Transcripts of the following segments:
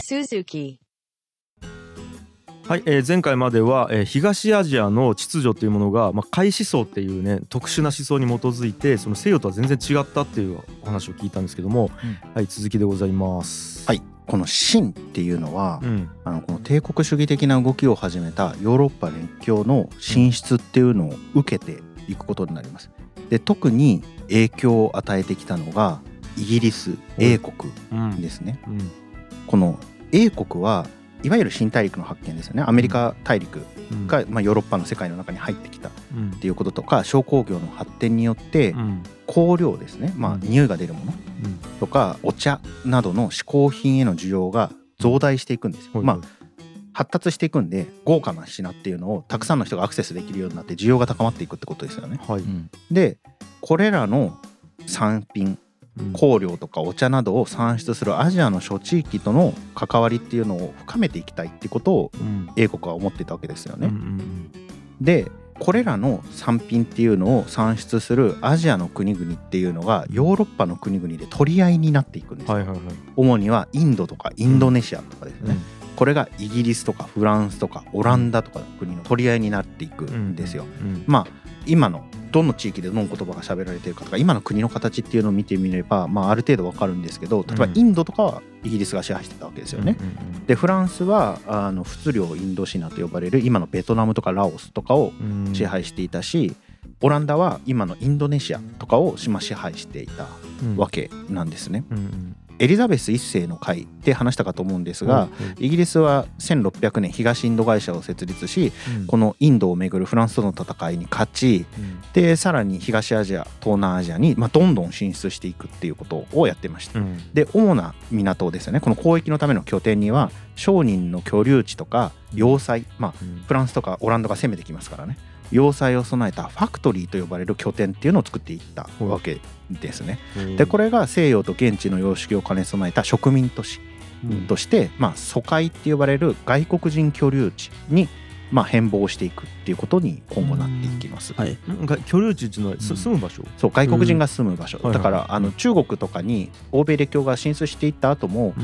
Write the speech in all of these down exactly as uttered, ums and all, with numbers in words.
Suzuki。 はい、えー、前回までは、えー、東アジアの秩序というものが、まあ、海思想っていうね特殊な思想に基づいてその西洋とは全然違ったっていうお話を聞いたんですけども、うん、はい、続きでございます。 はい、この秦っていうのは、うん、あのこの帝国主義的な動きを始めたヨーロッパ列強の進出っていうのを受けていくことになります。で、特に影響を与えてきたのがイギリス、英国ですね、うんうん、この英国はいわゆる新大陸の発見ですよね。アメリカ大陸が、うんまあ、ヨーロッパの世界の中に入ってきたっていうこととか、商工業の発展によって香料ですね、まあ、匂いが出るものとかお茶などの嗜好品への需要が増大していくんですよ、まあ、発達していくんで豪華な品っていうのをたくさんの人がアクセスできるようになって需要が高まっていくってことですよね、はい、でこれらの産品香料とかお茶などを産出するアジアの諸地域との関わりっていうのを深めていきたいってことを英国は思ってたわけですよね、うん、でこれらの産品っていうのを産出するアジアの国々っていうのがヨーロッパの国々で取り合いになっていくんですよ、はいはいはい、主にはインドとかインドネシアとかですね、うん、これがイギリスとかフランスとかオランダとかの国の取り合いになっていくんですよ、うんうん、まあ今のどの地域でどの言葉が喋られているかとか今の国の形っていうのを見てみれば、まあ、ある程度わかるんですけど、例えばインドとかはイギリスが支配してたわけですよね、うんうんうん、でフランスはあの仏領インドシナと呼ばれる今のベトナムとかラオスとかを支配していたし、オランダは今のインドネシアとかを支配していたわけなんですね、うんうんうん、エリザベスいっせいの回で話したかと思うんですが、うんうん、イギリスはせんろっぴゃくねん東インド会社を設立し、うん、このインドをめぐるフランスとの戦いに勝ち、うん、でさらに東アジア東南アジアに、まあ、どんどん進出していくっていうことをやってました、うん、で主な港ですよね、この交易のための拠点には商人の居留地とか要塞、まあ、フランスとかオランダが攻めてきますからね、要塞を備えたファクトリーと呼ばれる拠点っていうのを作っていったわけですね。でこれが西洋と現地の様式を兼ね備えた植民都市として、うんまあ、租界って呼ばれる外国人居留地にまあ変貌していくっていうことに今後なっていきます、 はい、居留地っていうのは住む場所、 そう外国人が住む場所だから、あの中国とかに欧米列強が進出していった後も、うん、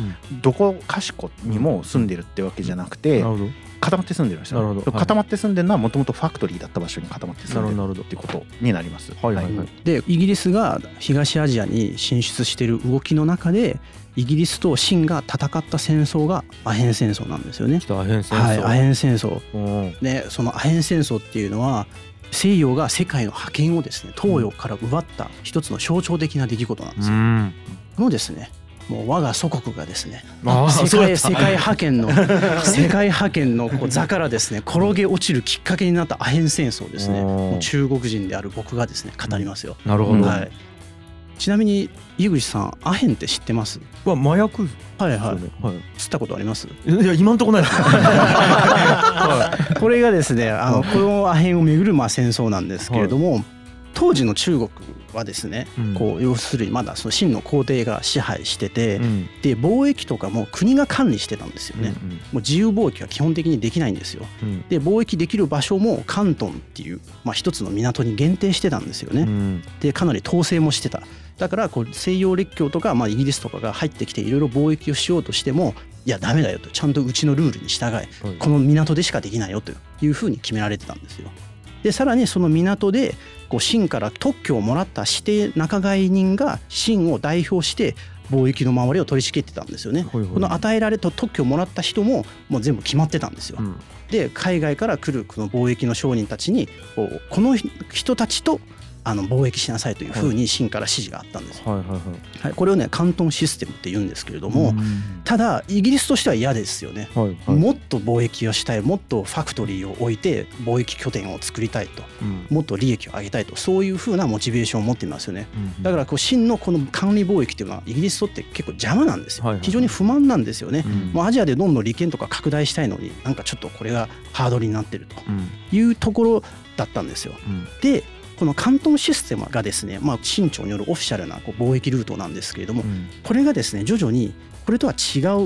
どこかしこにも住んでるってわけじゃなくて、なるほど固まって住んでる場所、ね、固まって住んでるのはもともとファクトリーだった場所に固まって住んでるっていうことになります、 はいはいはい、でイギリスが東アジアに進出している動きの中でイギリスと清が戦った戦争がアヘン戦争なんですよね。 アヘン戦争、 はい、アヘン戦争で、そのアヘン戦争っていうのは西洋が世界の覇権をですね東洋から奪った一つの象徴的な出来事なんですよ、うん、このですねもう我が祖国がですね世界、世界覇権の世界覇権のこう座からですね転げ落ちるきっかけになったアヘン戦争ですね、もう中国人である僕がですね語りますよ、 うん、なるほど、 はい、ちなみに井口さんアヘンって知ってます？ は麻薬、 はいはい、はい、知ったことあります？ いや今んとこないです、 はい、これがですねあのこのアヘンをめぐるまあ戦争なんですけれども、はい、当時の中国はですね、うん、こう要するにまだその清の皇帝が支配してて、うん、で貿易とかも国が管理してたんですよね、うんうん、もう自由貿易は基本的にできないんですよ、うん、で貿易できる場所も広東っていう、まあ、一つの港に限定してたんですよね、うん、でかなり統制もしてた。だからこう西洋列強とか、まあ、イギリスとかが入ってきていろいろ貿易をしようとしてもいやダメだよと、ちゃんとうちのルールに従い、うん、この港でしかできないよというふうに決められてたんですよ。でさらにその港でこう清から特許をもらった指定仲買人が清を代表して貿易の周りを取り仕切ってたんですよね。ほいほい、この与えられた特許をもらった人ももう全部決まってたんですよ、うん、で海外から来るこの貿易の商人たちにこうこの人たちとあの貿易しなさいというふうに清から指示があったんです、はいはいはいはい、これをね広東システムって言うんですけれども、ただイギリスとしては嫌ですよね、はいはい、もっと貿易をしたい、もっとファクトリーを置いて貿易拠点を作りたいと、うん、もっと利益を上げたいと、そういうふうなモチベーションを持っていますよね、うん、だからこう清のこの管理貿易っていうのはイギリスにとって結構邪魔なんですよ、はいはい、非常に不満なんですよね、うん、もうアジアでどんどん利権とか拡大したいのになんかちょっとこれがハードルになってるというところだったんですよ、うん、でこの広東システムがですね、まあ、清朝によるオフィシャルなこう貿易ルートなんですけれども、うん、これがですね徐々にこれとは違う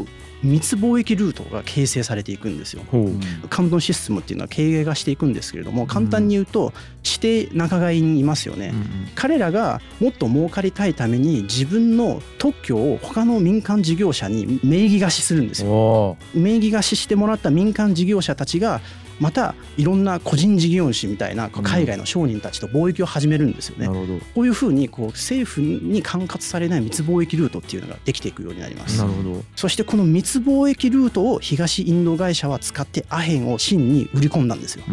密貿易ルートが形成されていくんですよ。関東システムっていうのは経営がしていくんですけれども、簡単に言うと指定仲買にいますよね、うんうん、彼らがもっと儲かりたいために自分の特許を他の民間事業者に名義貸しするんですよ。名義貸ししてもらった民間事業者たちがまたいろんな個人事業主みたいな海外の商人たちと貿易を始めるんですよね、うん、なるほど。こういうふうにこう政府に管轄されない密貿易ルートっていうのができていくようになります。なるほど。そしてこの密貿易ルートを東インド会社は使ってアヘンを清に売り込んだんですよ。うん、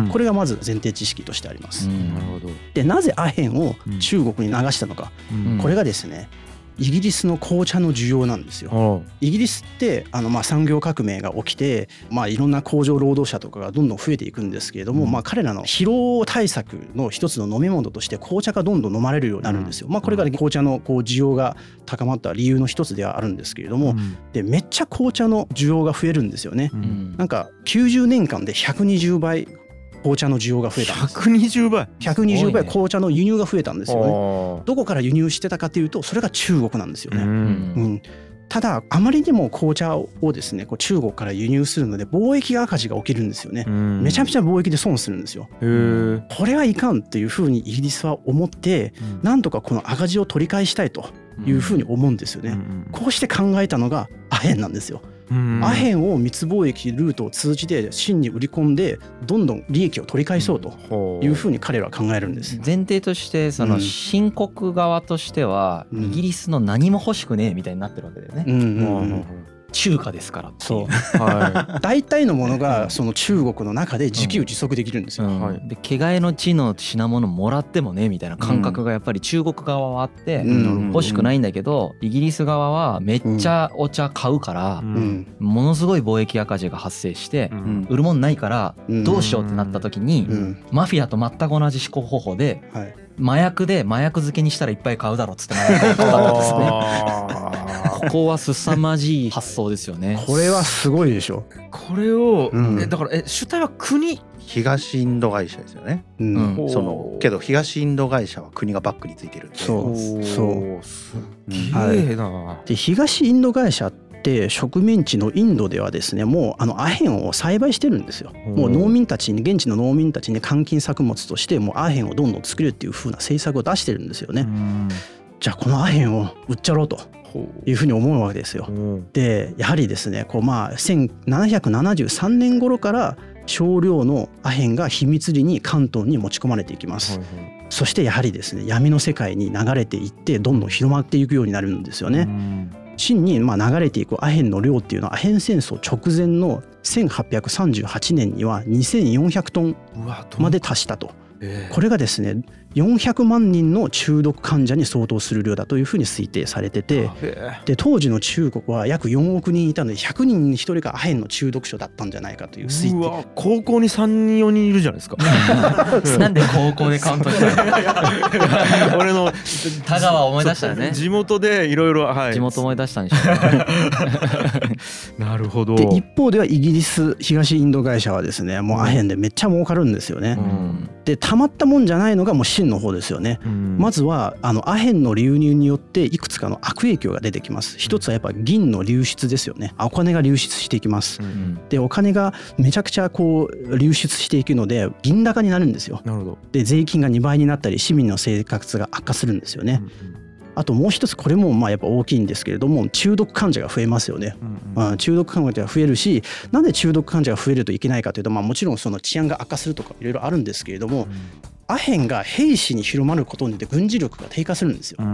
これがまず前提知識としてあります。うん、なるほど。でなぜアヘンを中国に流したのか、うん、これがですねイギリスの紅茶の需要なんですよ。イギリスってあのまあ産業革命が起きて、まあ、いろんな工場労働者とかがどんどん増えていくんですけれども、うんまあ、彼らの疲労対策の一つの飲み物として紅茶がどんどん飲まれるようになるんですよ。まあ、これが紅茶のこう需要が高まった理由の一つではあるんですけれども、うん、でめっちゃ紅茶の需要が増えるんですよね、うん、なんかきゅうじゅうねんかんでひゃくにじゅうばい紅茶の需要が増えたんです。ひゃくにじゅうばいひゃくにじゅうばい紅茶の輸入が増えたんですよね。どこから輸入してたかというとそれが中国なんですよね。うん、うん、ただあまりにも紅茶をですねこう中国から輸入するので貿易赤字が起きるんですよね。めちゃめちゃ貿易で損するんですよ。へこれはいかんっていうふうにイギリスは思って、うん、なんとかこの赤字を取り返したいというふうに思うんですよね。うん、こうして考えたのがアヘンなんですよ。アヘンを密貿易ルートを通じて清に売り込んでどんどん利益を取り返そうというふうに彼らは考えるんです。 前提としてその新国側としてはイギリスの何も欲しくねえみたいになってるわけだよね。うんうんうん、中華ですからっていう。そう、はい、大体のものがその中国の中で自給自足できるんですよ。うんうん、で毛替えの地の品物もらってもねみたいな感覚がやっぱり中国側はあって欲しくないんだけど、イギリス側はめっちゃお茶買うからものすごい貿易赤字が発生して売るもんないからどうしようってなった時にマフィアと全く同じ思考方法で麻薬で麻薬漬けにしたらいっぱい買うだろうっつって麻薬を買ったんですね。ここは凄まじい発想ですよね。 これはすごいでしょ。 これを、うん、えだからえ主体は国東インド会社ですよね。うん、そのけど東インド会社は国がバックについてるんで。 そうそうすっげえな、 はい、で東インド会社って植民地のインドではですねもうあのアヘンを栽培してるんですよ。もう農民たちに現地の農民たちに換金作物としてもうアヘンをどんどん作るっていう風な政策を出してるんですよね。じゃあこのアヘンを売っちゃろうというふうに思うわけですよ。でやはりですねこうまあせんななひゃくななじゅうさんねん頃から少量のアヘンが秘密裏に関東に持ち込まれていきます。はいはい、そしてやはりですね闇の世界に流れていってどんどん広まっていくようになるんですよね。清にまあ流れていくアヘンの量っていうのはアヘン戦争直前のせんはっぴゃくさんじゅうはちねんにはにせんよんひゃくトンまで達したと。これがですねよんひゃくまんにんの中毒患者に相当する量だというふうに推定されてて、で当時の中国は約よんおくにんいたのでひゃくにんにひとりがアヘンの中毒者だったんじゃないかという推定。うわ高校にさんにんよにんいるじゃないですか。 なんで高校でカウントしたの？俺の田川思い出したよね。 地元でいろいろ地元思い出したんでしょうね。なるほど。 で一方ではイギリス東インド会社はですねもうアヘンでめっちゃ儲かるんですよね。うん、でたまったもんじゃないのがもう清の方ですよね。うん、まずはあのアヘンの流入によっていくつかの悪影響が出てきます。一つはやっぱ銀の流出ですよね。お金が流出していきます。うん、でお金がめちゃくちゃこう流出していくので銀高になるんですよ。なるほど。で税金がにばいになったり市民の生活が悪化するんですよね。うんうん、あともう一つこれもまあやっぱ大きいんですけれども中毒患者が増えますよね。うんうん、中毒患者が増えるしなんで中毒患者が増えるといけないかというと、まあ、もちろんその治安が悪化するとかいろいろあるんですけれども、うん、アヘンが兵士に広まることによって軍事力が低下するんですよ。うんうん、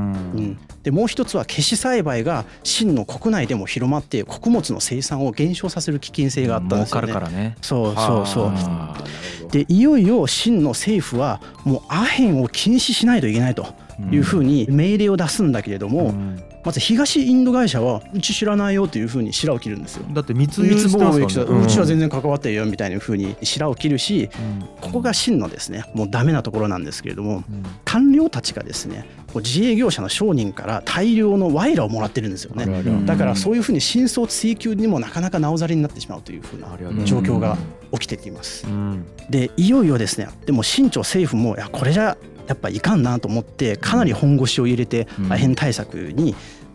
でもう一つはケシ栽培が清の国内でも広まって穀物の生産を減少させる危険性があったんですよね。儲かるからね。そうそうそう。でいよいよ清の政府はもうアヘンを禁止しないといけないというふうに命令を出すんだけれども、うん、まず東インド会社はうち知らないよというふうに白を切るんですよ。 だって密輸してますからね。 うん、うちは全然関わってるよみたいなふうに白を切るし、うん、ここが清のですねもうダメなところなんですけれども、うん、官僚たちがですね自営業者の商人から大量の賄賂をもらってるんですよね。だからそういうふうに真相追求にもなかなかなおざりになってしまうというふうな状況が起きてきます。うん、でいよいよですねでも清朝政府もいやこれじゃやっぱいかんなと思ってかなり本腰を入れてアヘン対策に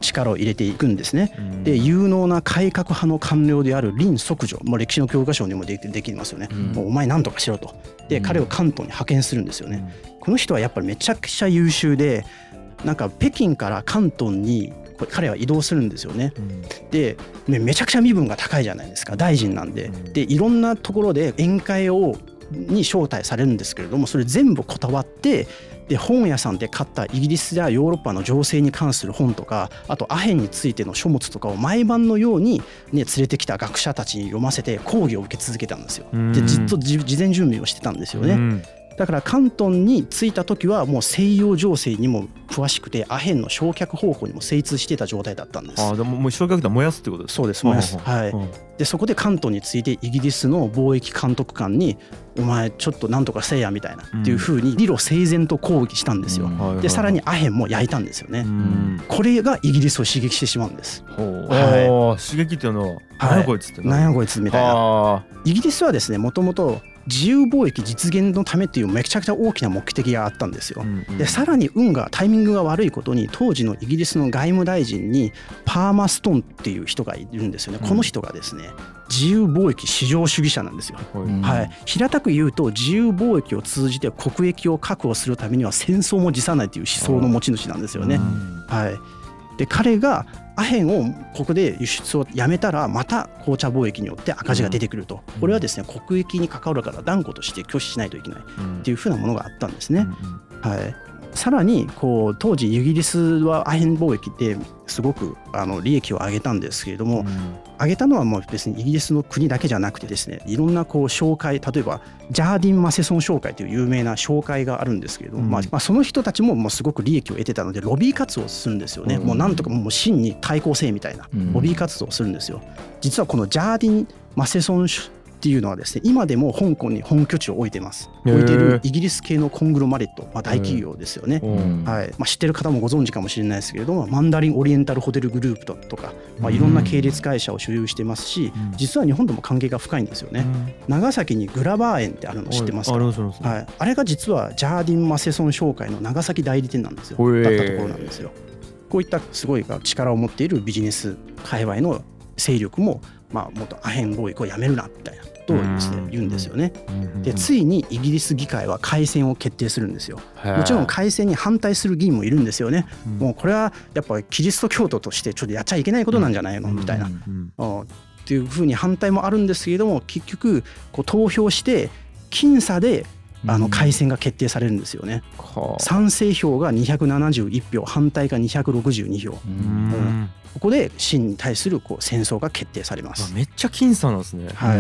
力を入れていくんですね。で有能な改革派の官僚である林則女、もう歴史の教科書にもできできますよね、うん、もうお前何とかしろと。で彼を関東に派遣するんですよね、うん、この人はやっぱりめちゃくちゃ優秀で、なんか北京から関東に彼は移動するんですよね、うん、でめちゃくちゃ身分が高いじゃないですか、大臣なんで、うん、でいろんなところで宴会をに招待されるんですけれども、それ全部断って、で本屋さんで買ったイギリスやヨーロッパの情勢に関する本とか、あとアヘンについての書物とかを毎晩のように、ね、連れてきた学者たちに読ませて講義を受け続けたんですよ。でずっと事前準備をしてたんですよね。だから関東に着いた時はもう西洋情勢にも詳しくて、アヘンの焼却方法にも精通していた状態だったんです。 ああ、でももう焼却って燃やすってことですか？ そうです、燃やす。はい。でそこで関東についてイギリスの貿易監督官にお前ちょっとなんとかせえやみたいなっていう風に理路整然と抗議したんですよ。でさらにアヘンも焼いたんですよね。これがイギリスを刺激してしまうんです。 はい、刺激っていうのは何やこいつって何やこいつみたいな。イギリスはですね、もともと自由貿易実現のためっていうめちゃくちゃ大きな目的があったんですよ。でさらに運がタイミングが悪いことに、当時のイギリスの外務大臣にパーマストンっていう人がいるんですよね。この人がですね、自由貿易至上主義者なんですよ。はい、平たく言うと自由貿易を通じて国益を確保するためには戦争も辞さないという思想の持ち主なんですよね。はい、で彼がアヘンをここで輸出をやめたら、また紅茶貿易によって赤字が出てくると、うん、これはですね国益に関わるから断固として拒否しないといけないっていうふうなものがあったんですね。うん、はい、さらにこう当時イギリスはアヘン貿易ってすごくあの利益を上げたんですけれども、うん、上げたのはもう別にイギリスの国だけじゃなくてですね、いろんなこう商会、例えばジャーディン・マセソン商会という有名な商会があるんですけれども、うん、まあ、まあその人たちももうすごく利益を得てたのでロビー活動をするんですよね。うん、もうなんとかもう真に対抗せえみたいなロビー活動をするんですよ。実はこのジャーディン・マセソンっていうのはですね、今でも香港に本拠地を置いてます。置いているイギリス系のコングロマレット、まあ、大企業ですよね。はい、まあ、知ってる方もご存知かもしれないですけれども、マンダリンオリエンタルホテルグループとか、まあ、いろんな系列会社を所有してますし、実は日本とも関係が深いんですよね。長崎にグラバー園ってあるの知ってますか？はい、あれが実はジャーディン・マセソン商会の長崎代理店なんですよ。だったところなんですよ。こういったすごい力を持っているビジネス界隈の勢力も、まあ、もっとアヘン貿易をやめるなみたいなことをですね、言うんですよね。でついにイギリス議会は改選を決定するんですよ。もちろん改選に反対する議員もいるんですよね。もうこれはやっぱりキリスト教徒としてちょっとやっちゃいけないことなんじゃないのみたいなっていうふうに反対もあるんですけれども、結局こう投票して僅差であの改選が決定されるんですよね。賛成票がにひゃくななじゅういち票、反対がにひゃくろくじゅうに票。うん、ここで清に対するこう戦争が決定されます。 めっちゃ僅差なんですね。 はい。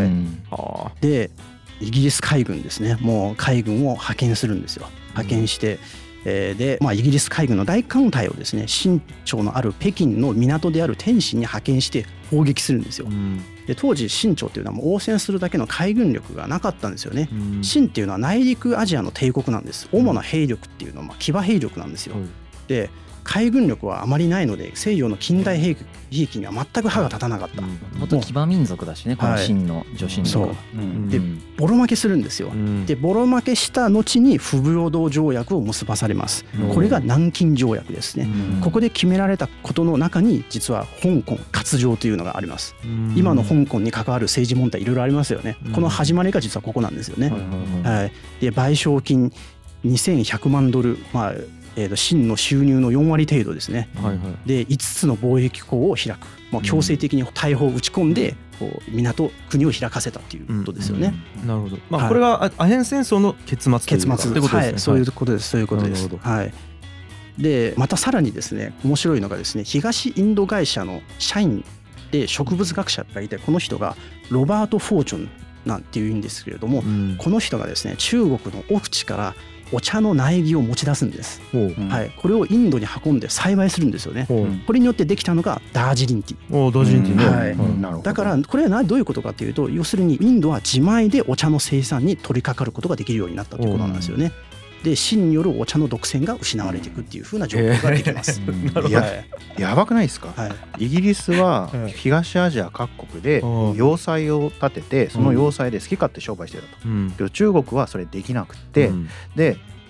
でイギリス海軍ですね、もう海軍を派遣するんですよ。派遣して、うん、えー、で、まあ、イギリス海軍の大艦隊をですね、清朝のある北京の港である天津に派遣して砲撃するんですよ。うん、で当時清朝っていうのはもう応戦するだけの海軍力がなかったんですよね。うん、清っていうのは内陸アジアの帝国なんです。主な兵力っていうのはまあ騎馬兵力なんですよ。うん、で海軍力はあまりないので西洋の近代兵器には全く歯が立たなかった。 もっと騎馬民族だしね、この清の女真とか、はい、 うん、でボロ負けするんですよ。うん、でボロ負けした後に不平等条約を結ばされます。うん、これが南京条約ですね。うん、ここで決められたことの中に実は香港割譲というのがあります。うん、今の香港に関わる政治問題いろいろありますよね。うん、この始まりが実はここなんですよね。うん、はい、で賠償金にせんひゃくまんドル、まあえー、と清の収入のよんわり程度ですね。はいはい、でいつつの貿易港を開く、まあ、強制的に大砲を打ち込んで、こう港国を開かせたっていうことですよね。 うんうん、なるほど、まあ、これがアヘン戦争の結末というか結末ってことですね。はい、そういうことです、そういうことです。はい、でまたさらにですね、面白いのがですね、東インド会社の社員で植物学者がいて、この人がロバート・フォーチュンなんていうんですけれども、うん、この人がですね中国の奥地からお茶の苗木を持ち出すんです。はい、これをインドに運んで栽培するんですよね。これによってできたのがダージリンティー。 ダージリンティーね。 はい、うん、だからこれはどういうことかというと、要するにインドは自前でお茶の生産に取り掛かることができるようになったということなんですよね。で清によるお茶の独占が失われていくっていう風な状況ができます。 や, やばくないですか？はい、イギリスは東アジア各国で要塞を建てて、その要塞で好き勝手商売してたと。うん、中国はそれできなくて、うん、で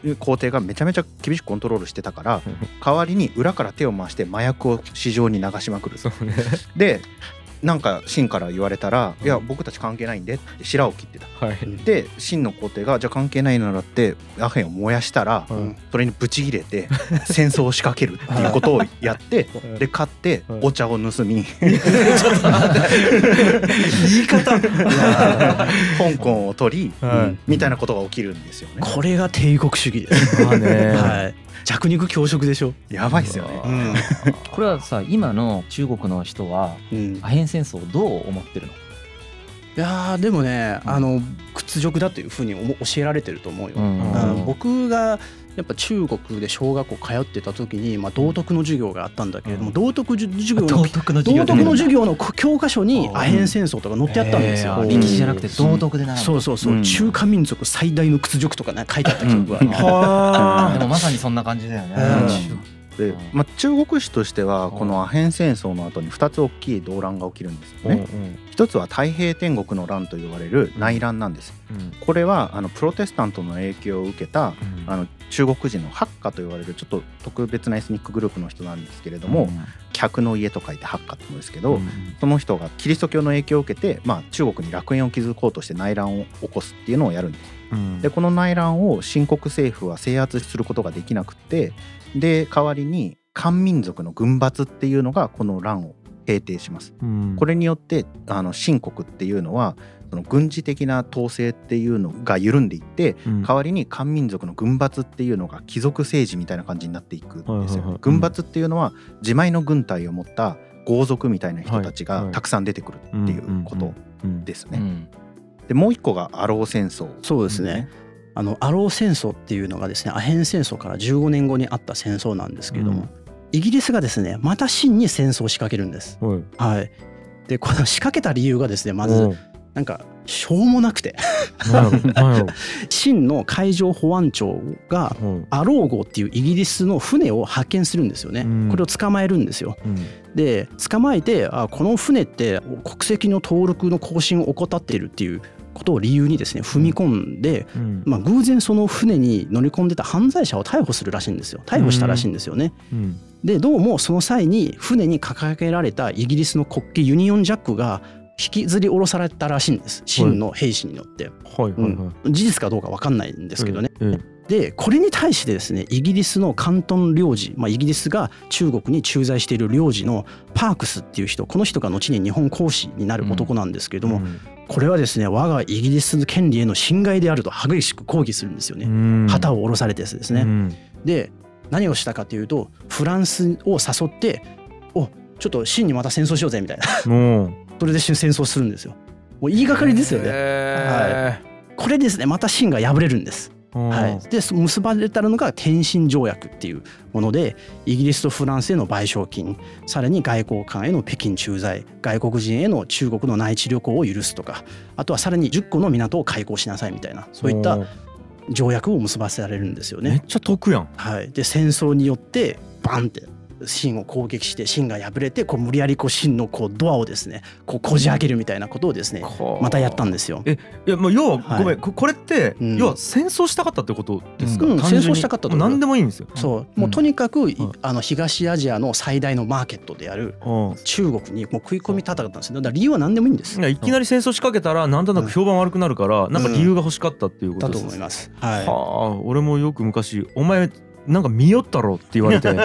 皇帝がめちゃめちゃ厳しくコントロールしてたから代わりに裏から手を回して麻薬を市場に流しまくる。 そうね、 でなんか秦から言われたら、いや僕たち関係ないんでって白を切ってた、はい、で秦の皇帝がじゃあ関係ないならってアヘンを燃やしたら、うん、それにブチ切れて戦争を仕掛けるっていうことをやってで勝ってお茶を盗みちょっと待って言い方香港を取り、はい、みたいなことが起きるんですよね。 これが帝国主義です。まあね、はい、弱肉強食でしょ。 やばいですよね、うん、 これはさ今の中国の人はアヘン戦争をどう思ってるの？ いやでもね、うん、あの屈辱だというふうに教えられてると思うよ、うん、あの僕がやっぱ中国で小学校通ってた時に、まあ、道徳の授業があったんだけれども、うん、道徳授業の道徳の授業道徳の授業の教科書にアヘン戦争とか載ってあったんですよ、 うん、歴史じゃなくて道徳で習う、 そうそうそう、うん、中華民族最大の屈辱とかね書いてあった記憶が、うん、 はでもまさにそんな感じだよね、 うんでまあ、中国史としてはこのアヘン戦争の後にふたつ大きい動乱が起きるんですよね。一つは太平天国の乱と呼ばれる内乱なんです。これはあのプロテスタントの影響を受けたあの中国人のハッカと呼ばれるちょっと特別なエスニックグループの人なんですけれども、客の家と書いてハッカって言うんですけど、その人がキリスト教の影響を受けて、まあ、中国に楽園を築こうとして内乱を起こすっていうのをやるんです。でこの内乱を清国政府は制圧することができなくて、で代わりに漢民族の軍閥っていうのがこの乱を平定します、うん、これによってあの清国っていうのはその軍事的な統制っていうのが緩んでいって、うん、代わりに漢民族の軍閥っていうのが貴族政治みたいな感じになっていくんですよ、はいはいはい、軍閥っていうのは自前の軍隊を持った豪族みたいな人たちがたくさん出てくるっていうことですね。でもう一個がアロー戦争、 そうですね、あのアロー戦争っていうのがですねアヘン戦争からじゅうごねんごにあった戦争なんですけれども、うん、イギリスがですねまた清に戦争を仕掛けるんです、はい、はい、でこの仕掛けた理由がですねまずなんかしょうもなくて清の海上保安庁がアロー号っていうイギリスの船を派遣するんですよね、うん、これを捕まえるんですよ、うん、で捕まえてあこの船って国籍の登録の更新を怠っているっていうことを理由にですね踏み込んで、うんまあ、偶然その船に乗り込んでた犯罪者を逮捕するらしいんですよ。逮捕したらしいんですよね、うん、でどうもその際に船に掲げられたイギリスの国旗ユニオンジャックが引きずり下ろされたらしいんです、清の兵士によって、はいはいはいはいうん、事実かどうか分かんないんですけどね、うんうん、でこれに対してですねイギリスの関東領事、まあ、イギリスが中国に駐在している領事のパークスっていう人、この人が後に日本公使になる男なんですけれども、うんうん、これはですね我がイギリスの権利への侵害であると激しく抗議するんですよね、うん、旗を下ろされてですね、うん、で何をしたかというとフランスを誘っておちょっと清にまた戦争しようぜみたいなそれで戦争するんですよ。もう言いがかりですよね、はい、これですねまた清が敗れるんです、はい、で結ばれたのが天津条約っていうものでイギリスとフランスへの賠償金、さらに外交官への北京駐在、外国人への中国の内地旅行を許すとか、あとはさらにじゅっこの港を開港しなさいみたいなそういった条約を結ばせられるんですよね。 めっちゃ得やん、 はい、で戦争によってバンって清を攻撃して清が敗れてこう無理やりこう清のこうドアをですねこうこじ開けるみたいなことをですねまたやったんですよ。 えいやもう要は、はい、ごめんこれって、うん、要は戦争したかったってことですか、 うん、戦争したかったと何でもいいんですよ。 そう、もうとにかく、うん、あの東アジアの最大のマーケットである中国にもう食い込みたかったんですよ。だから理由は何でもいいんです。 いやいきなり戦争仕掛けたらなんとなく評判悪くなるから、うん、なんか理由が欲しかったっていうことです、 だと思います、はい、 はあ俺もよく昔お前なんか見よったろって言われて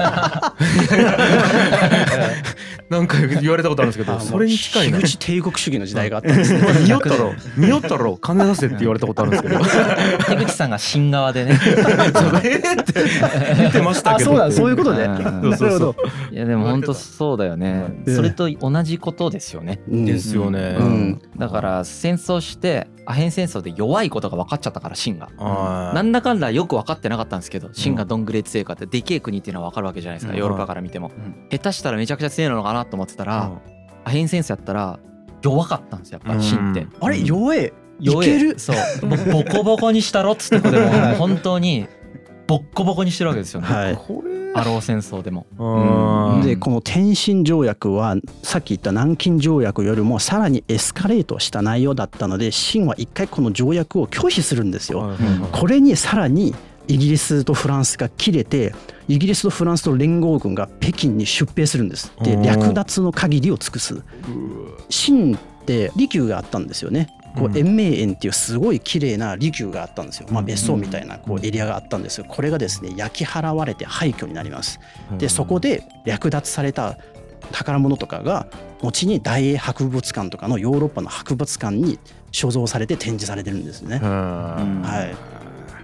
なんか言われたことあるんですけど、それに近いな。 樋口帝国主義の時代があったんですね。 見よったろ見よったろ金出せって言われたことあるんですけど樋口さんが新側でねえーって見てましたけど、 あそうだそういうことね。なるほど。 いやでも本当そうだよね、それと同じことですよね、 うん、ですよね、 うん、だから戦争してアヘン戦争で弱いことが分かっちゃったから清が、うん、なんだかんだよく分かってなかったんですけど、清がどんぐらい強いかってでけえ国っていうのは分かるわけじゃないですか、うん、ヨーロッパから見ても、うん、下手したらめちゃくちゃ強いのかなと思ってたら、うん、アヘン戦争やったら弱かったんですよやっぱり清って、うん、 あれ弱え弱えいけるそうボコボコにしたろっつってことでも本当にボッコボコにしてるわけですよね、はい、これアロー戦争でも、 うん、でこの天津条約はさっき言った南京条約よりもさらにエスカレートした内容だったので清は一回この条約を拒否するんですよ、うん、これにさらにイギリスとフランスが切れて、イギリスとフランスと連合軍が北京に出兵するんです。で略奪の限りを尽くす。清って離宮があったんですよね。こう延命園っていうすごい綺麗な離宮があったんですよ。まあ、別荘みたいなこうエリアがあったんですよ。これがですね焼き払われて廃墟になります。でそこで略奪された宝物とかが後に大英博物館とかのヨーロッパの博物館に所蔵されて展示されてるんですね。はい、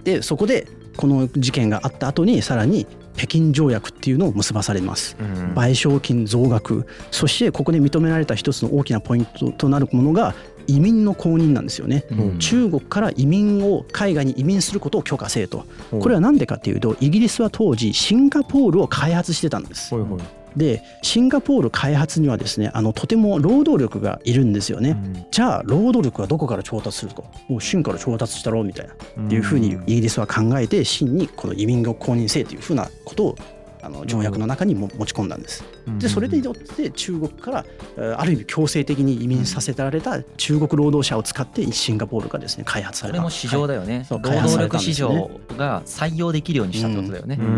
でそこでこの事件があった後にさらに北京条約っていうのを結ばされます。賠償金増額、そしてここで認められた一つの大きなポイントとなるものが移民の公認なんですよね、うん、中国から移民を海外に移民することを許可せえと。これは何でかっていうと、イギリスは当時シンガポールを開発してたんです。はいはい、でシンガポール開発にはですねあのとても労働力がいるんですよね、うん、じゃあ労働力はどこから調達すると、もう清から調達したろうみたいな、うん、っていうふうにイギリスは考えて清にこの移民を公認せえというふうなことをあの条約の中にも持ち込んだんです。でそれによって中国からある意味強制的に移民させられた中国労働者を使ってシンガポールがですね開発された。 これも市場だよね、はい、労働力市場が採用できるようにしたってことだよね、うんうん、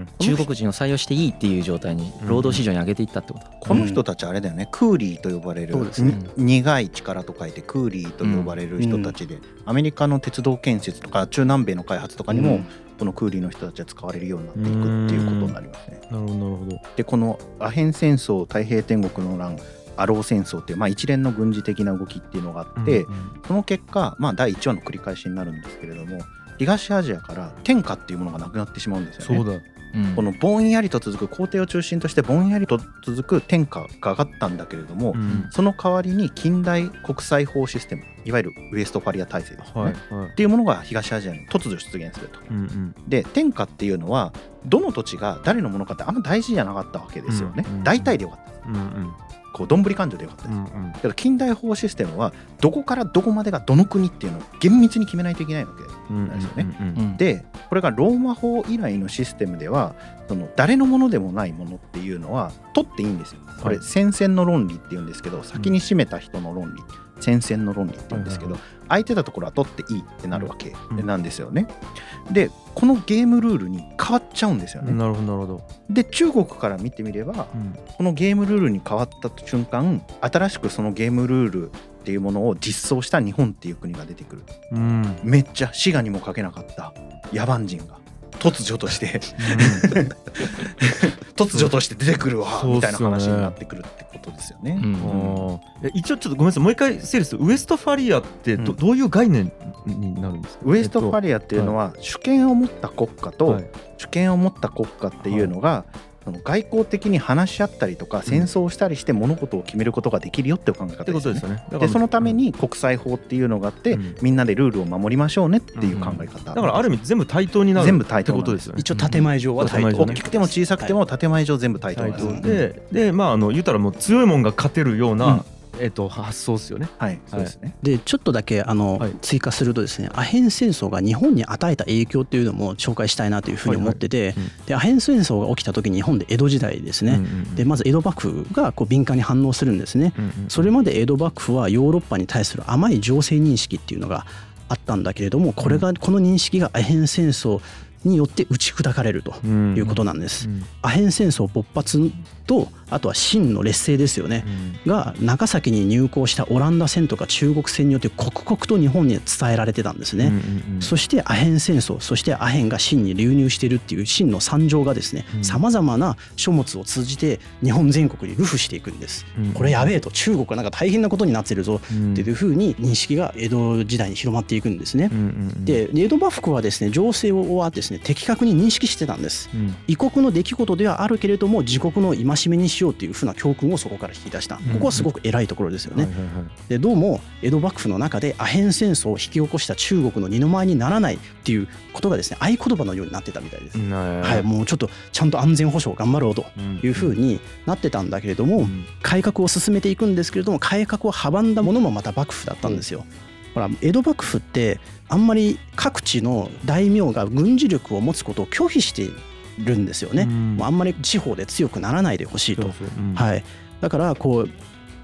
中国人を採用していいっていう状態に労働市場に上げていったってこと、 うん、この人たちあれだよね、クーリーと呼ばれる、うん、苦い力と書いてクーリーと呼ばれる人たちで、うん、アメリカの鉄道建設とか中南米の開発とかにも、うん、このクーリーの人たちは使われるようになっていくっていうことになりますね。 なるほどなるほど。 でこのアヘン戦争、太平天国の乱、アロー戦争っていう、まあ、一連の軍事的な動きっていうのがあって、うんうん、その結果、まあ、だいいちわの繰り返しになるんですけれども、東アジアから天下っていうものがなくなってしまうんですよね。そうだ、うん、このぼんやりと続く皇帝を中心としてぼんやりと続く天下が上がったんだけれども、うん、その代わりに近代国際法システム、いわゆるウエストファリア体制ですね、はいはい、っていうものが東アジアに突如出現すると、うんうん、で天下っていうのはどの土地が誰のものかってあんま大事じゃなかったわけですよね、うんうん、大体でよかったです、うんうん、こうどんぶり勘定でよかったです、うんうん、だから近代法システムはどこからどこまでがどの国っていうのを厳密に決めないといけないわけなんですよね、うんうんうん、でこれがローマ法以来のシステムではその誰のものでもないものっていうのは取っていいんですよ。これ先々の論理っていうんですけど、先に占めた人の論理、先々の論理って言うんですけど、空いてたところは取っていいってなるわけなんですよね。でこのゲームルールに変わっちゃうんですよね。 なるほどなるほど。で中国から見てみれば、うん、このゲームルールに変わった瞬間、新しくそのゲームルールっていうものを実装した日本っていう国が出てくる、うん、めっちゃ滋賀にも書けなかった野蛮人が突如として、うん、突如として出てくるわ、みたいな話になってくるってことですよね。うんうん、一応ちょっとごめんなさい、もう一回整理すると、ウエストファリアってど、うん、どういう概念になるんですか？ ウエストファリアっていうのは、えっと、主権を持った国家と、はい、主権を持った国家っていうのが、はい、その外交的に話し合ったりとか戦争をしたりして物事を決めることができるよっていう考え方ですよね。ですよね。でそのために国際法っていうのがあって、うん、みんなでルールを守りましょうねっていう考え方、うん、 だからある意味全部対等になる全部対等ってことですよね。 一応建前上は対等、 大きくても小さくても建前上全部対等です、 はい、で, でまああの言ったらもう強いもんが勝てるような、うんえー、と発想ですよね。 はい、そうですね。 でちょっとだけあの、はい、追加するとですね、アヘン戦争が日本に与えた影響っていうのも紹介したいなというふうに思ってて、はいはいうん、でアヘン戦争が起きた時に日本で江戸時代ですね、うんうんうん、でまず江戸幕府がこう敏感に反応するんですね、うんうんうん、それまで江戸幕府はヨーロッパに対する甘い情勢認識っていうのがあったんだけれども、これがこの認識がアヘン戦争によって打ち砕かれるということなんです、うんうん、アヘン戦争勃発とあとは清の劣勢ですよね、うん、が長崎に入港したオランダ船とか中国船によって刻々と日本に伝えられてたんですね、うんうんうん、そしてアヘン戦争、そしてアヘンが清に流入しているっていう清の惨状がですね、さまざまな書物を通じて日本全国に流布していくんです、うん、これやべえと、中国はなんか大変なことになってるぞっていうふうに認識が江戸時代に広まっていくんですね、うんうんうん、で江戸幕府はですね情勢はですね的確に認識してたんです、うん、異国の出来事ではあるけれども自国の戒めにしようというふうな教訓をそこから引き出した。ここはすごく偉いところですよね、うんうんはいはいはい、でどうも江戸幕府の中でアヘン戦争を引き起こした中国の二の舞にならないっていうことがですね合言葉のようになってたみたいです、うんはい、もうちょっとちゃんと安全保障頑張ろうというふうになってたんだけれども、うん、改革を進めていくんですけれども改革を阻んだものもまた幕府だったんですよ、うんほら江戸幕府ってあんまり各地の大名が軍事力を持つことを拒否してるんですよね、うん、もうあんまり地方で強くならないでほしいと、うんはい、だからこう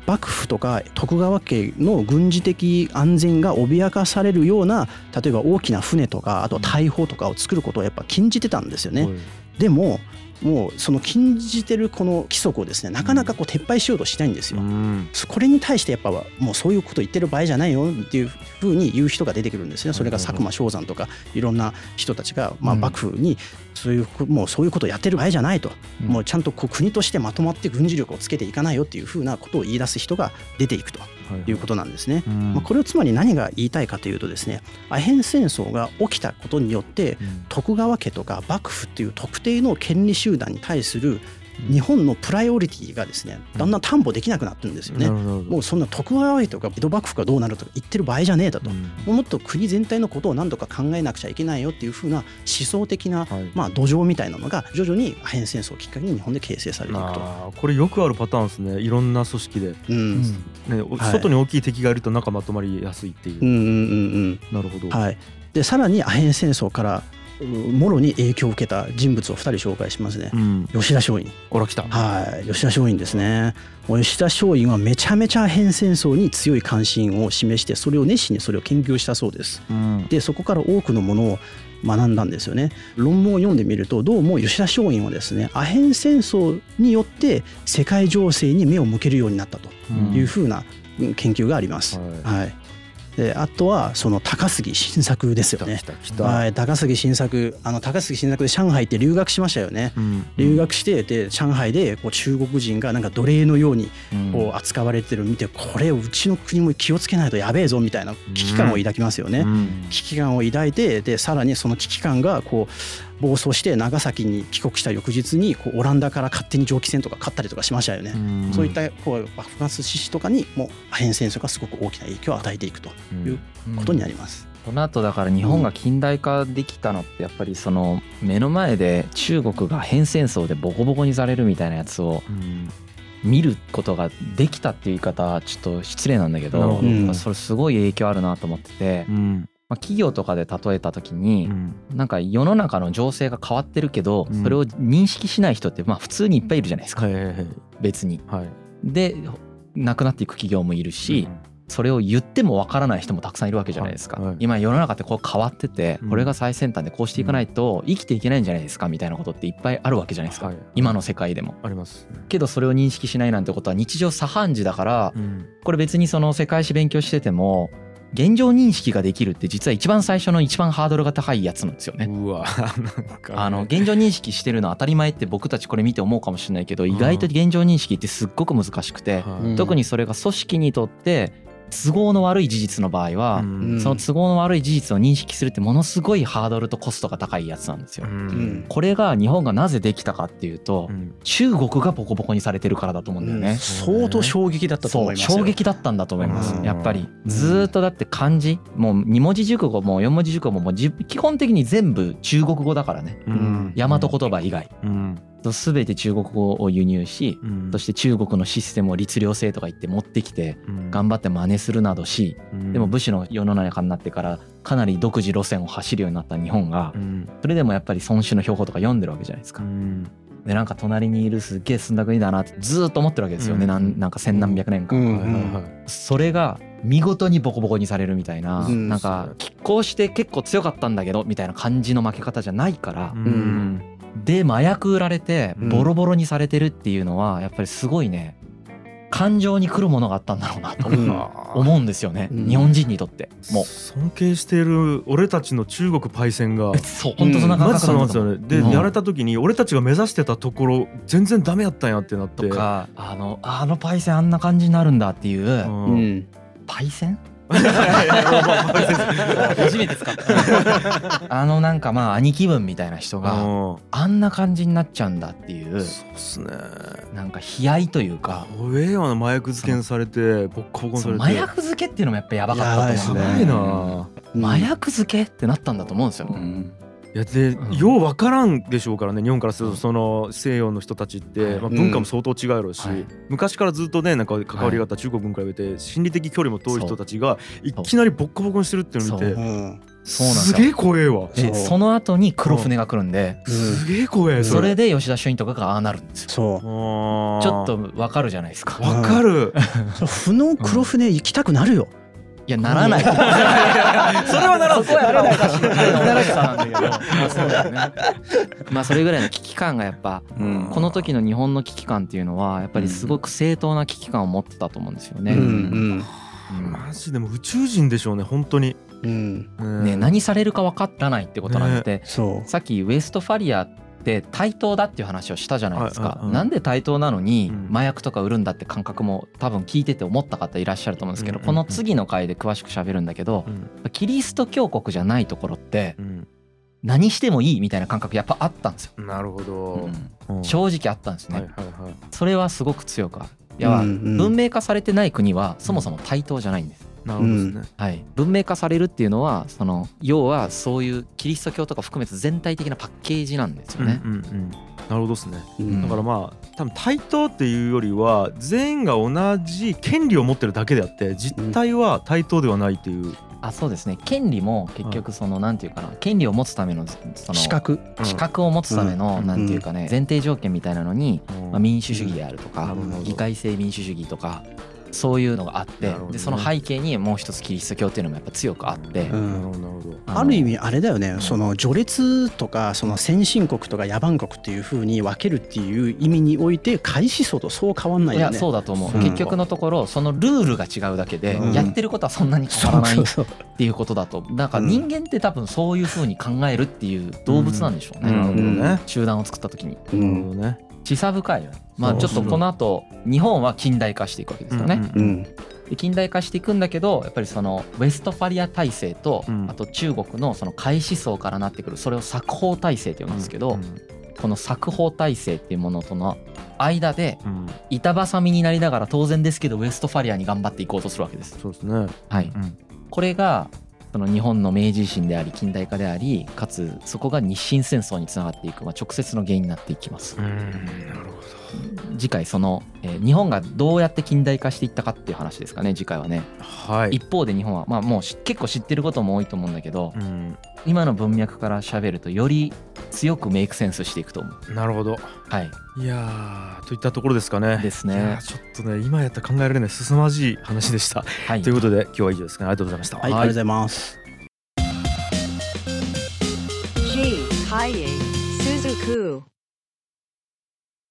幕府とか徳川家の軍事的安全が脅かされるような例えば大きな船とかあと大砲とかを作ることをやっぱ禁じてたんですよね。でももうその禁じてるこの規則をですねなかなかこう撤廃しようとしないんですよ。これに対してやっぱもうそういうこと言ってる場合じゃないよっていうふうに言う人が出てくるんですね。それが佐久間象山とかいろんな人たちがまあ幕府にそういうもうそういうことをやってる場合じゃないと、もうちゃんとこう国としてまとまって軍事力をつけていかないよっていうふうなことを言い出す人が出ていくということなんですね。まあこれをつまり何が言いたいかというとですね、アヘン戦争が起きたことによって徳川家とか幕府っていう特定の権利集団に対する日本のプライオリティがですねだんだん担保できなくなってるんですよね。もうそんな徳川家とか江戸幕府がどうなるとか言ってる場合じゃねえだと、うん、もっと国全体のことを何とか考えなくちゃいけないよっていうふうな思想的な、はい、まあ土壌みたいなのが徐々にアヘン戦争をきっかけに日本で形成されていくと。 あこれよくあるパターンですね。いろんな組織で、うんね、外に大きい敵がいると中まとまりやすいっていう、うんうんうんうん、なるほど、 はい、でさらにアヘン戦争からもろに影響を受けた人物をふたり紹介しますね、うん、吉田松陰。 ほら来た。 はい、吉田松陰ですね。吉田松陰はめちゃめちゃアヘン戦争に強い関心を示してそれを熱心にそれを研究したそうです、うん、でそこから多くのものを学んだんですよね。論文を読んでみるとどうも吉田松陰はですねアヘン戦争によって世界情勢に目を向けるようになったというふうな研究があります、うんはいはいであとはその高杉晋作ですよね。来た来たはい、高杉晋作あの高杉晋作で上海って留学しましたよね、うん、留学してで上海でこう中国人がなんか奴隷のようにこう扱われてるのを見て、これをうちの国も気をつけないとやべえぞみたいな危機感を抱きますよね、うん、危機感を抱いてでさらにその危機感がこう暴走して長崎に帰国した翌日にこうオランダから勝手に蒸気船とか買ったりとかしましたよね。うそういったこう幕末志士とかにもアヘン戦争がすごく大きな影響を与えていくということになります。 この後だから日本が近代化できたのってやっぱりその目の前で中国がアヘン戦争でボコボコにされるみたいなやつを見ることができたっていう言い方はちょっと失礼なんだけど、うん、それすごい影響あるなと思ってて、うんまあ、企業とかで例えた時に、うん、なんか世の中の情勢が変わってるけど、うん、それを認識しない人ってまあ普通にいっぱいいるじゃないですか、はいはいはい、別に、はい、で亡くなっていく企業もいるし、うん、それを言ってもわからない人もたくさんいるわけじゃないですか、はいはい、今世の中ってこう変わってて、うん、これが最先端でこうしていかないと生きていけないんじゃないですかみたいなことっていっぱいあるわけじゃないですか、はい、今の世界でもあります、 けどそれを認識しないなんてことは日常茶飯事だから、うん、これ別にその世界史勉強してても現状認識ができるって実は一番最初の一番ハードルが高いやつなんですよね。 うわなんか、ね、 あの現状認識してるの当たり前って僕たちこれ見て思うかもしれないけど、意外と現状認識ってすっごく難しくて、特にそれが組織にとって都合の悪い事実の場合は、うん、その都合の悪い事実を認識するってものすごいハードルとコストが高いやつなんですよ、うん、これが日本がなぜできたかっていうと、うん、中国がボコボコにされてるからだと思うんだよね、うん、 相当衝撃だったと思いますよ。 衝撃だったんだと思います、うん、やっぱりずっとだって漢字もうに文字熟語もよん文字熟語ももう基本的に全部中国語だからね、うん、大和言葉以外、うん全て中国語を輸入し、うん、そして中国のシステムを律令制とか言って持ってきて、うん、頑張って真似するなどし、うん、でも武士の世の中になってからかなり独自路線を走るようになった日本が、うん、それでもやっぱり孫子の標本とか読んでるわけじゃないですか、うん、でなんか隣にいるすっげえ澄んだ国だなってずっと思ってるわけですよね、うん、なんなんか千何百年間、うんうん、それが見事にボコボコにされるみたいな、うん、なんか拮抗して結構強かったんだけどみたいな感じの負け方じゃないから、うんうんで麻薬売られてボロボロにされてるっていうのはやっぱりすごいね感情に来るものがあったんだろうなと思うんですよね、うん、日本人にとっても尊敬している俺たちの中国パイセンがそう本当そんな感覚なんですよね。 で、うん、やられた時に俺たちが目指してたところ全然ダメやったんやってなってとかあのあのパイセンあんな感じになるんだっていう、うんうん、パイセン初めて使ったあのなんかまあ兄貴分みたいな人があんな感じになっちゃうんだっていう、 そうっすね、 なんか悲哀というか怖えよな麻薬漬けにされてボッコボコにされて麻薬漬けっていうのもやっぱやばかったと思う。 やばいな、 うん、麻薬漬けってなったんだと思うんですよ、うんいやで、うん、よう分からんでしょうからね日本からするとその西洋の人たちって、まあ、文化も相当違うやろうし、うん、昔からずっとねなんか関わりがあった中国に比べて心理的距離も遠い人たちがいきなりボッコボコにしてるっていうのを見てそうなんですよ。 すげえ怖えわ。 でその後に黒船が来るんで、 すげえ怖え。 それで吉田松陰とかがああなるんですよ。 そうちょっとわかるじゃないですか。 わかる。 負の黒船行きたくなるよ。 いやならない。それはならない。 そこはやらないかしらないのらしさなんだけど、まあそうだよね。まあそれぐらいの危機感がやっぱ、この時の日本の危機感っていうのはやっぱりすごく正当な危機感を持ってたと思うんですよね。 うんうん、マジでも宇宙人でしょうね本当に。 うんね、何されるか分からないってことなんで、ね、さっきウエストファリアって対等だっていう話をしたじゃないですか、はいはいはい、なんで対等なのに麻薬とか売るんだって感覚も多分聞いてて思った方いらっしゃると思うんですけど、うんうんうん、この次の回で詳しく喋るんだけど、うん、キリスト教国じゃないところって何してもいいみたいな感覚やっぱあったんですよ。 なるほど、 うん、正直あったんですね、はいはいはい、それはすごく強くある。いや、うんうん、文明化されてない国はそもそも対等じゃないんです。 なるほどですね、 はい、文明化されるっていうのはその要はそういうキリスト教とか含めて全体的なパッケージなんですよね、うんうんうん、 なるほどですね、うん、だからまあ多分対等っていうよりは全員が同じ権利を持ってるだけであって実態は対等ではないっていう、うん、 あそうですね。権利も結局そのなんていうかな、権利を持つためのその資格資格を持つためのなんていうかね前提条件みたいなのにまあ民主主義であるとか議会制民主主義とかそういうのがあって、ね、でその背景にもう一つキリスト教っていうのもやっぱ強くあって、うん、 ある意味あれだよね、その序列とかその先進国とか野蛮国っていう風に分けるっていう意味において開始層とそう変わんないよね。 いやそうだと思う、うん、結局のところそのルールが違うだけで、うん、やってることはそんなに変わらないっていうことだと。だから人間って多分そういう風に考えるっていう動物なんでしょうね、うんうん、集団を作った時に、うん、ね示唆深いよね。まあちょっとこの後日本は近代化していくわけですよね、うんうん、で近代化していくんだけどやっぱりそのウェストファリア体制と、うん、あと中国のその開思想からなってくるそれを作法体制って呼ぶんですけど、うんうん、この作法体制っていうものとの間で板挟みになりながら当然ですけどウェストファリアに頑張っていこうとするわけです。 そうですね、 はい、うん、これがその日本の明治維新であり近代化でありかつそこが日清戦争につながっていく、まあ、直接の原因になっていきます。 うん、なるほど。 次回その、えー、日本がどうやって近代化していったかっていう話ですかね次回はね、 はい、 一方で日本は、まあ、もう結構知ってることも多いと思うんだけど、うん、今の文脈から喋るとより強くメイクセンスしていくと思う。 なるほど、 はい、 いやといったところですかね。 ですね。 いやちょっとね今やったら考えられない凄まじい話でした、はい、ということで今日は以上ですかね。ありがとうございました。 はい、はい、ありがとうございます。G ハイエイスズク